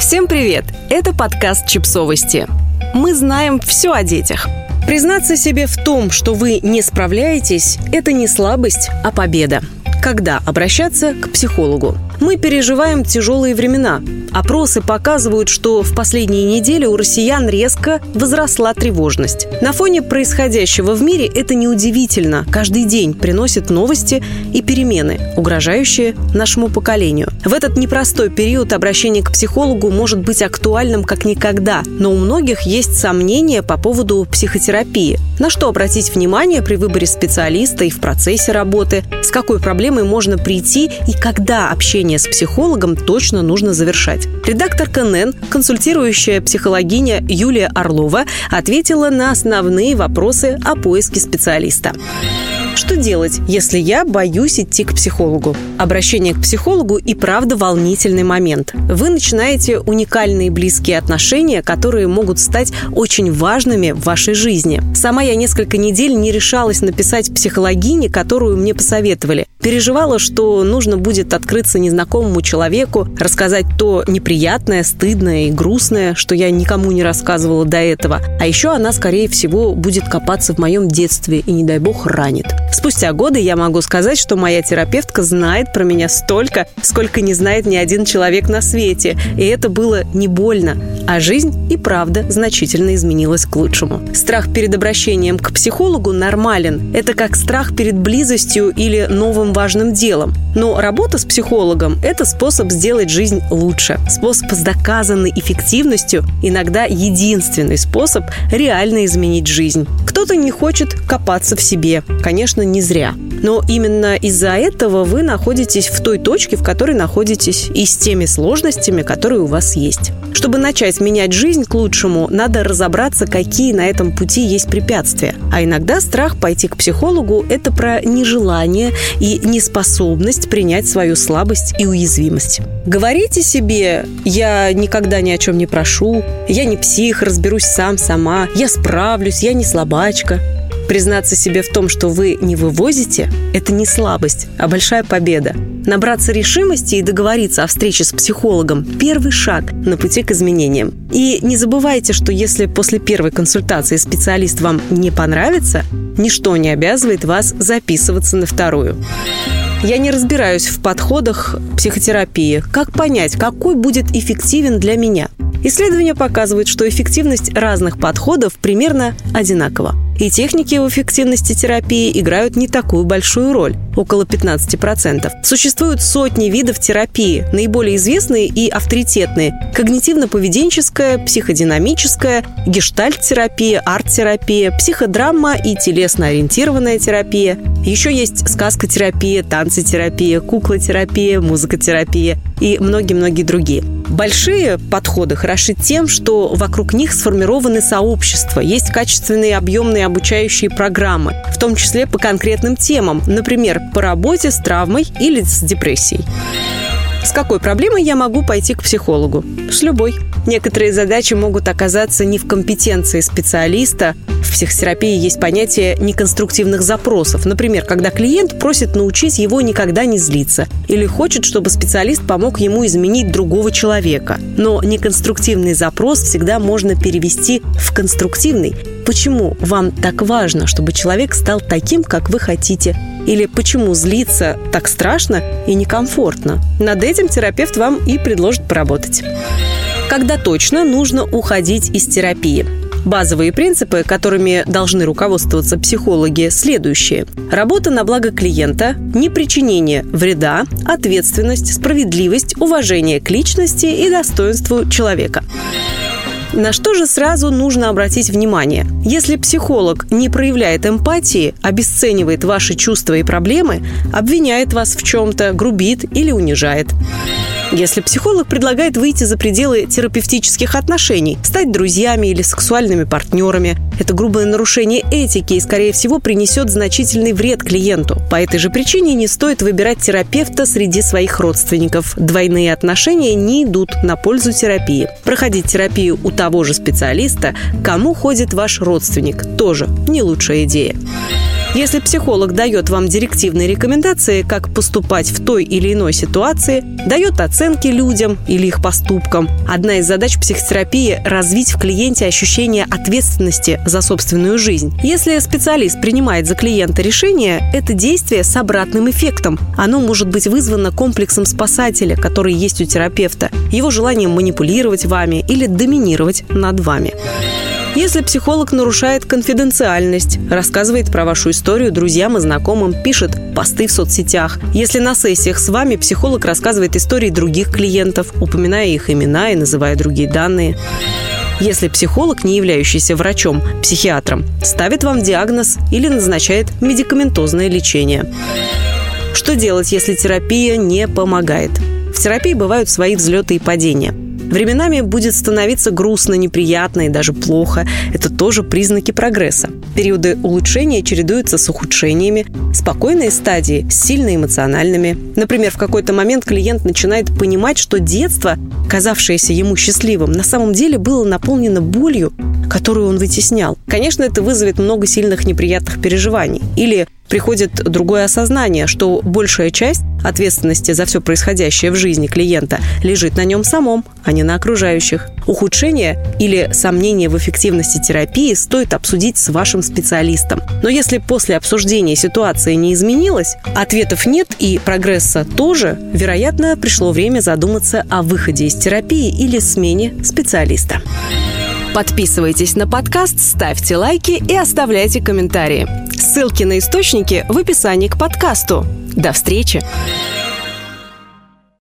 Всем привет! Это подкаст «Чипсовости». Мы знаем все о детях. Признаться себе в том, что вы не справляетесь, это не слабость, а победа. Когда обращаться к психологу? Мы переживаем тяжелые времена. Опросы показывают, что в последние недели у россиян резко возросла тревожность. На фоне происходящего в мире это неудивительно. Каждый день приносит новости и перемены, угрожающие нашему поколению. В этот непростой период обращение к психологу может быть актуальным как никогда, но у многих есть сомнения по поводу психотерапии. На что обратить внимание при выборе специалиста и в процессе работы, с какой проблемой можно прийти и когда общение с психологом точно нужно завершать. Редактор КНН, консультирующая психологиня Юлия Орлова, ответила на основные вопросы о поиске специалиста. Что делать, если я боюсь идти к психологу? Обращение к психологу и правда волнительный момент. Вы начинаете уникальные близкие отношения, которые могут стать очень важными в вашей жизни. Сама я несколько недель не решалась написать психологине, которую мне посоветовали. Переживала, что нужно будет открыться незнакомому человеку, рассказать то неприятное, стыдное и грустное, что я никому не рассказывала до этого. А еще она, скорее всего, будет копаться в моем детстве и, не дай бог, ранит. Спустя годы я могу сказать, что моя терапевтка знает про меня столько, сколько не знает ни один человек на свете. И это было не больно. А жизнь и правда значительно изменилась к лучшему. Страх перед обращением к психологу нормален. Это как страх перед близостью или новым важным делом. Но работа с психологом – это способ сделать жизнь лучше. Способ с доказанной эффективностью, иногда единственный способ реально изменить жизнь. Кто-то не хочет копаться в себе. Конечно, не зря. Но именно из-за этого вы находитесь в той точке, в которой находитесь, и с теми сложностями, которые у вас есть. Чтобы начать менять жизнь к лучшему, надо разобраться, какие на этом пути есть препятствия. А иногда страх пойти к психологу – это про нежелание и неспособность принять свою слабость и уязвимость. Говорите себе: «Я никогда ни о чем не прошу», «Я не псих, разберусь сама», «Я справлюсь», «Я не слабачка». Признаться себе в том, что вы не вывозите, это не слабость, а большая победа. Набраться решимости и договориться о встрече с психологом – первый шаг на пути к изменениям. И не забывайте, что если после первой консультации специалист вам не понравится, ничто не обязывает вас записываться на вторую. Я не разбираюсь в подходах психотерапии. Как понять, какой будет эффективен для меня? Исследования показывают, что эффективность разных подходов примерно одинакова. И техники в эффективности терапии играют не такую большую роль – около 15%. Существуют сотни видов терапии, наиболее известные и авторитетные – когнитивно-поведенческая, психодинамическая, гештальт-терапия, арт-терапия, психодрама и телесно-ориентированная терапия. Еще есть сказкотерапия, танцетерапия, куклотерапия, музыкотерапия и многие-многие другие. Большие подходы хороши тем, что вокруг них сформированы сообщества, есть качественные объемные обучающие программы, в том числе по конкретным темам, например, по работе с травмой или с депрессией. С какой проблемой я могу пойти к психологу? С любой. Некоторые задачи могут оказаться не в компетенции специалиста. В психотерапии есть понятие неконструктивных запросов. Например, когда клиент просит научить его никогда не злиться или хочет, чтобы специалист помог ему изменить другого человека. Но неконструктивный запрос всегда можно перевести в конструктивный. Почему вам так важно, чтобы человек стал таким, как вы хотите? Или почему злиться так страшно и некомфортно? Над этим терапевт вам и предложит поработать. Когда точно нужно уходить из терапии? Базовые принципы, которыми должны руководствоваться психологи, следующие. Работа на благо клиента, непричинение вреда, ответственность, справедливость, уважение к личности и достоинству человека. На что же сразу нужно обратить внимание? Если психолог не проявляет эмпатии, обесценивает ваши чувства и проблемы, обвиняет вас в чем-то, грубит или унижает. Если психолог предлагает выйти за пределы терапевтических отношений, стать друзьями или сексуальными партнерами, это грубое нарушение этики и, скорее всего, принесет значительный вред клиенту. По этой же причине не стоит выбирать терапевта среди своих родственников. Двойные отношения не идут на пользу терапии. Проходить терапию у того же специалиста, кому ходит ваш родственник, тоже не лучшая идея. Если психолог дает вам директивные рекомендации, как поступать в той или иной ситуации, дает оценки людям или их поступкам, одна из задач психотерапии – развить в клиенте ощущение ответственности за собственную жизнь. Если специалист принимает за клиента решение, это действие с обратным эффектом. Оно может быть вызвано комплексом спасателя, который есть у терапевта, его желанием манипулировать вами или доминировать над вами. Если психолог нарушает конфиденциальность, рассказывает про вашу историю друзьям и знакомым, пишет посты в соцсетях. Если на сессиях с вами психолог рассказывает истории других клиентов, упоминая их имена и называя другие данные. Если психолог, не являющийся врачом, психиатром, ставит вам диагноз или назначает медикаментозное лечение. Что делать, если терапия не помогает? В терапии бывают свои взлеты и падения. Временами будет становиться грустно, неприятно и даже плохо. Это тоже признаки прогресса. Периоды улучшения чередуются с ухудшениями, спокойные стадии с сильно эмоциональными. Например, в какой-то момент клиент начинает понимать, что детство, казавшееся ему счастливым, на самом деле было наполнено болью, которую он вытеснял. Конечно, это вызовет много сильных неприятных переживаний. Или приходит другое осознание, что большая часть ответственности за все происходящее в жизни клиента лежит на нем самом, а не на окружающих. Ухудшение или сомнение в эффективности терапии стоит обсудить с вашим специалистом. Но если после обсуждения ситуация не изменилась, ответов нет и прогресса тоже, вероятно, пришло время задуматься о выходе из терапии или смене специалиста. Подписывайтесь на подкаст, ставьте лайки и оставляйте комментарии. Ссылки на источники в описании к подкасту. До встречи!